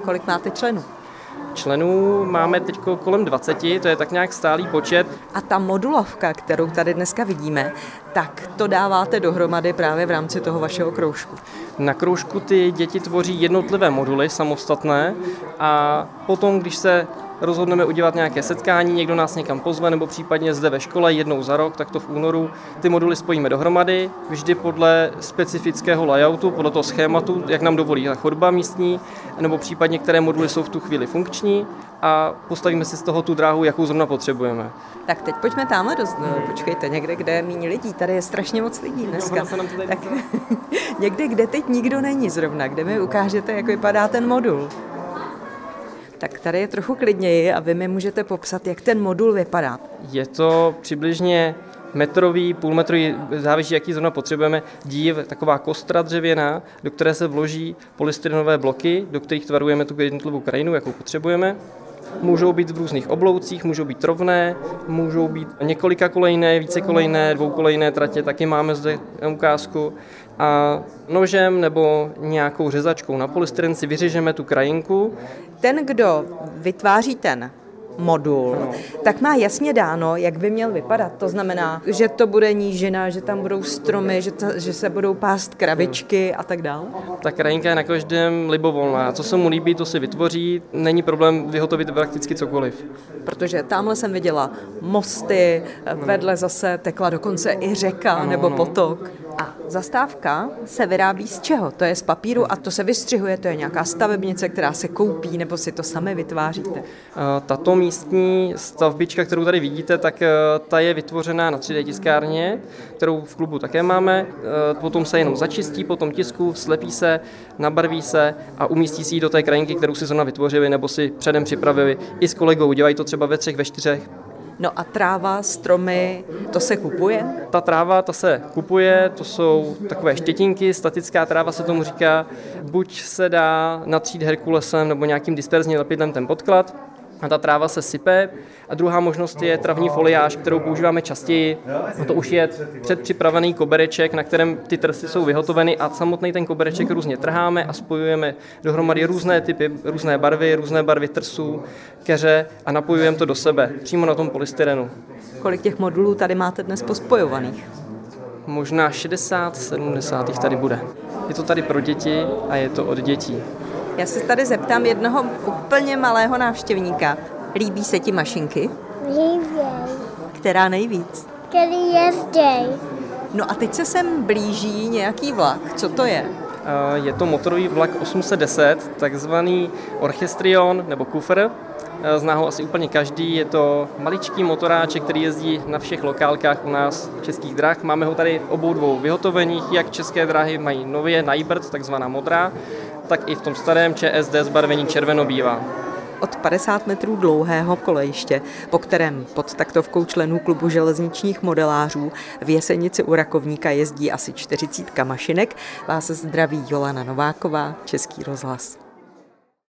Kolik máte členů? Členů máme teď kolem 20, to je tak nějak stálý počet. A ta modulovka, kterou tady dneska vidíme, tak to dáváte dohromady právě v rámci toho vašeho kroužku. Na kroužku ty děti tvoří jednotlivé moduly samostatné a potom, když se rozhodneme udělat nějaké setkání, někdo nás někam pozve, nebo případně zde ve škole jednou za rok, tak to v únoru ty moduly spojíme dohromady, vždy podle specifického layoutu, podle toho schématu, jak nám dovolí chodba místní, nebo případně které moduly jsou v tu chvíli funkční a postavíme si z toho tu dráhu, jakou zrovna potřebujeme. Tak teď pojďme tamhle počkejte, někde, kde je méně lidí, tady je strašně moc lidí dneska. Tak někde, kde teď nikdo není zrovna, kde mi ukážete, jak vypadá ten modul. Tak tady je trochu klidněji a vy mi můžete popsat, jak ten modul vypadá. Je to přibližně metrový, půlmetrový, záleží, jaký zrovna potřebujeme, dív, taková kostra dřevěná, do které se vloží polystyrенové bloky, do kterých tvarujeme tu jednotlivou krajinu, jakou potřebujeme. Můžou být v různých obloucích, můžou být rovné, můžou být několika kolejné, vícekolejné, dvoukolejné tratě, taky máme zde ukázku. A nožem nebo nějakou řezačkou na polystyren si vyřežeme tu krajinku. Ten, kdo vytváří ten modul, tak má jasně dáno, jak by měl vypadat. To znamená, že to bude nížina, že tam budou stromy, že se budou pást kravičky a tak dále. Ta krajinka je na každém libovolná. Co se mu líbí, to si vytvoří. Není problém vyhotovit prakticky cokoliv. Protože tamhle jsem viděla mosty, vedle zase tekla dokonce i řeka nebo potok. A zastávka se vyrábí z čeho? To je z papíru a to se vystřihuje, to je nějaká stavebnice, která se koupí, nebo si to sami vytváříte? Tato místní stavbička, kterou tady vidíte, tak ta je vytvořená na 3D tiskárně, kterou v klubu také máme. Potom se jenom začistí po tom tisku, slepí se, nabarví se a umístí si ji do té krajinky, kterou si zrovna vytvořili nebo si předem připravili i s kolegou. Dělají to třeba ve 3, ve 4. No a tráva, stromy, to se kupuje? Ta tráva, ta se kupuje, to jsou takové štětinky, statická tráva se tomu říká. Buď se dá natřít herkulesem nebo nějakým disperzním lepidlem ten podklad a ta tráva se sype. A druhá možnost je travní foliáž, kterou používáme častěji. To už je předpřipravený kobereček, na kterém ty trsy jsou vyhotoveny a samotný ten kobereček různě trháme a spojujeme dohromady různé typy, různé barvy trsů, keře a napojujeme to do sebe, přímo na tom polystyrenu. Kolik těch modulů tady máte dnes pospojovaných? Možná 60, 70 jich tady bude. Je to tady pro děti a je to od dětí. Já se tady zeptám jednoho úplně malého návštěvníka. Líbí se ti mašinky? Líběj. Která nejvíc? Který jezděj. No a teď se sem blíží nějaký vlak. Co to je? Je to motorový vlak 810, takzvaný orchestrion nebo kufr. Zná ho asi úplně každý, je to maličký motoráček, který jezdí na všech lokálkách u nás v Českých drah. Máme ho tady v obou dvou vyhotoveních, jak České dráhy mají nově Najbrt, takzvaná modrá, tak i v tom starém ČSD zbarvení červeno-bílá. Od 50 metrů dlouhého kolejiště, po kterém pod taktovkou členů klubu železničních modelářů v Jesenici u Rakovníka jezdí asi 40 mašinek, vás zdraví Jolana Nováková, Český rozhlas.